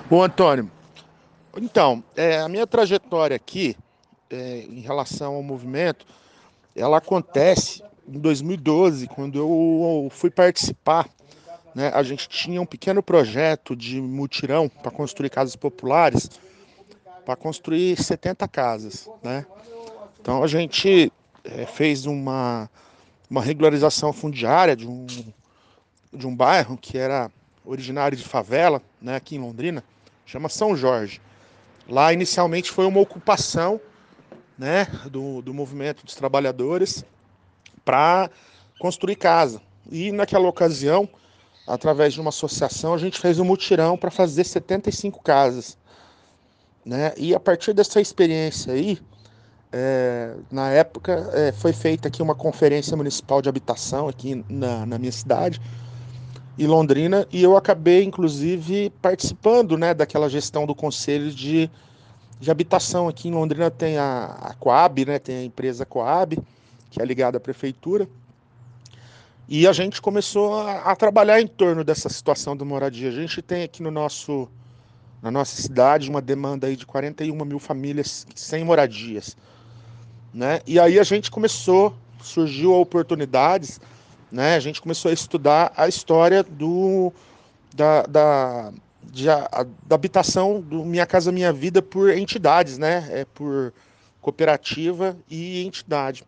Bom, Antônio, então, a minha trajetória aqui, em relação ao movimento, ela acontece em 2012, quando eu fui participar, né? A gente tinha um pequeno projeto de mutirão para construir casas populares, para construir 70 casas, né? Então a gente fez uma regularização fundiária de um bairro que era originário de favela, né, aqui em Londrina, chama São Jorge. Lá inicialmente foi uma ocupação, né, do movimento dos trabalhadores para construir casa. E naquela ocasião, através de uma associação, a gente fez um mutirão para fazer 75 casas. Né? E a partir dessa experiência aí, na época, foi feita aqui uma conferência municipal de habitação aqui na minha cidade, em Londrina, e eu acabei, inclusive, participando, né, daquela gestão do conselho de habitação. Aqui em Londrina tem a Coab, né, tem a empresa Coab, que é ligada à prefeitura, e a gente começou a trabalhar em torno dessa situação da moradia. A gente tem aqui na nossa cidade uma demanda aí de 41 mil famílias sem moradias, né? E aí a gente surgiu oportunidades, né? A gente começou a estudar a história da, da, da habitação do Minha Casa Minha Vida por entidades, né? Por cooperativa e entidade.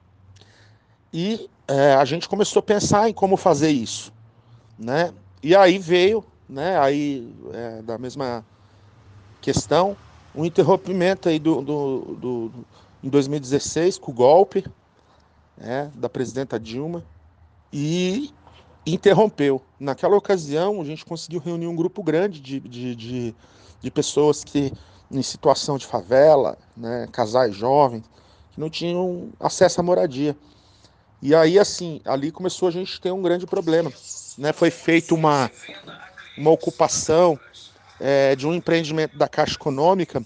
E a gente começou a pensar em como fazer isso, né? E aí veio, né? Aí da mesma questão, um interrompimento aí em 2016 com o golpe, né, da presidenta Dilma e interrompeu. Naquela ocasião, a gente conseguiu reunir um grupo grande de pessoas que em situação de favela, né, casais jovens, que não tinham acesso à moradia. E aí, assim, ali começou a gente ter um grande problema. Né? Foi feita uma ocupação de um empreendimento da Caixa Econômica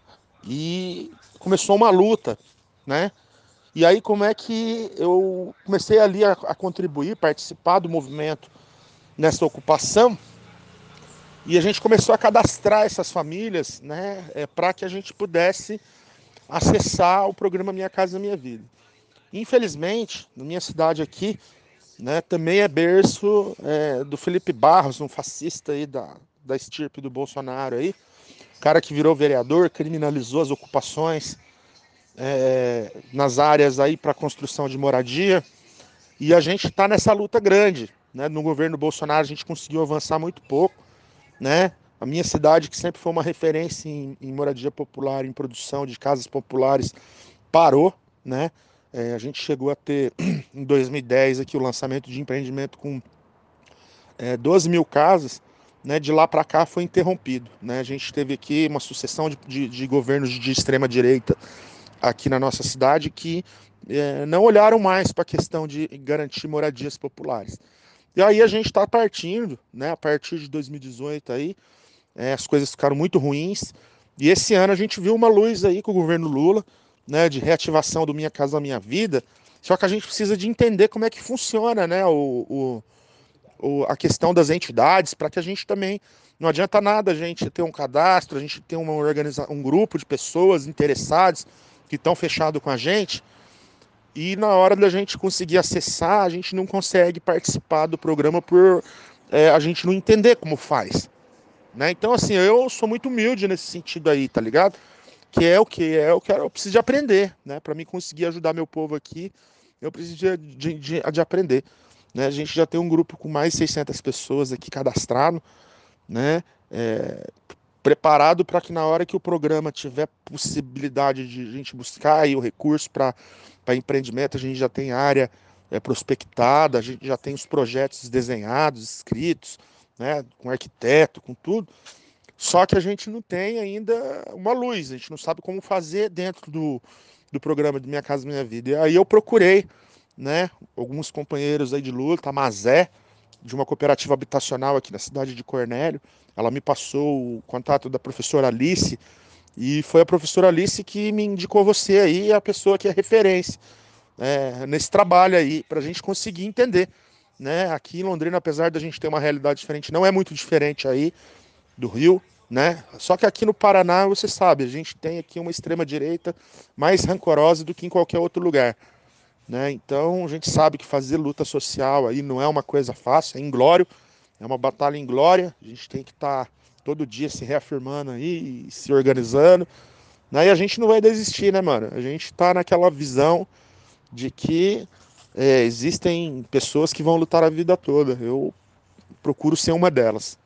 e começou uma luta, né? E aí como é que eu comecei ali a contribuir, participar do movimento nessa ocupação, e a gente começou a cadastrar essas famílias, né, para que a gente pudesse acessar o programa Minha Casa Minha Vida. Infelizmente, na minha cidade aqui, né, também é berço do Felipe Barros, um fascista aí da estirpe do Bolsonaro aí, cara que virou vereador, criminalizou as ocupações nas áreas aí para construção de moradia, e a gente está nessa luta grande, né? No governo Bolsonaro a gente conseguiu avançar muito pouco, né? A minha cidade, que sempre foi uma referência em moradia popular, em produção de casas populares, parou, né? A gente chegou a ter em 2010 aqui o lançamento de empreendimento com 12 mil casas, né? De lá para cá foi interrompido, né? A gente teve aqui uma sucessão de governos de extrema direita aqui na nossa cidade que não olharam mais para a questão de garantir moradias populares. E aí a gente está partindo, né, a partir de 2018 aí, as coisas ficaram muito ruins. E esse ano a gente viu uma luz aí com o governo Lula, né, de reativação do Minha Casa Minha Vida. Só que a gente precisa de entender como é que funciona, né, a questão das entidades, para que a gente também não adianta nada a gente ter um cadastro, a gente ter um grupo de pessoas interessadas que estão fechado com a gente, e na hora da gente conseguir acessar, a gente não consegue participar do programa por a gente não entender como faz. Né? Então, assim, eu sou muito humilde nesse sentido aí, tá ligado? Que é o que? Eu preciso de aprender, né? Para mim conseguir ajudar meu povo aqui, eu preciso de aprender. Né? A gente já tem um grupo com mais de 600 pessoas aqui cadastrado, né? É, preparado para que na hora que o programa tiver possibilidade de a gente buscar aí o recurso para empreendimento, a gente já tem área prospectada, a gente já tem os projetos desenhados, escritos, né, com arquiteto, com tudo. Só que a gente não tem ainda uma luz, a gente não sabe como fazer dentro do programa de Minha Casa Minha Vida. E aí eu procurei, né, alguns companheiros aí de luta, a Mazé, de uma cooperativa habitacional aqui na cidade de Cornélio. Ela me passou o contato da professora Alice, e foi a professora Alice que me indicou você aí, a pessoa que é referência nesse trabalho aí, para a gente conseguir entender. Né? Aqui em Londrina, apesar da gente ter uma realidade diferente, não é muito diferente aí do Rio, né? Só que aqui no Paraná, você sabe, a gente tem aqui uma extrema-direita mais rancorosa do que em qualquer outro lugar, né? Então a gente sabe que fazer luta social aí não é uma coisa fácil, é inglório, é uma batalha inglória, a gente tem que estar todo dia se reafirmando aí, se organizando, né? E a gente não vai desistir, né, mano? A gente tá naquela visão de que existem pessoas que vão lutar a vida toda. Eu procuro ser uma delas.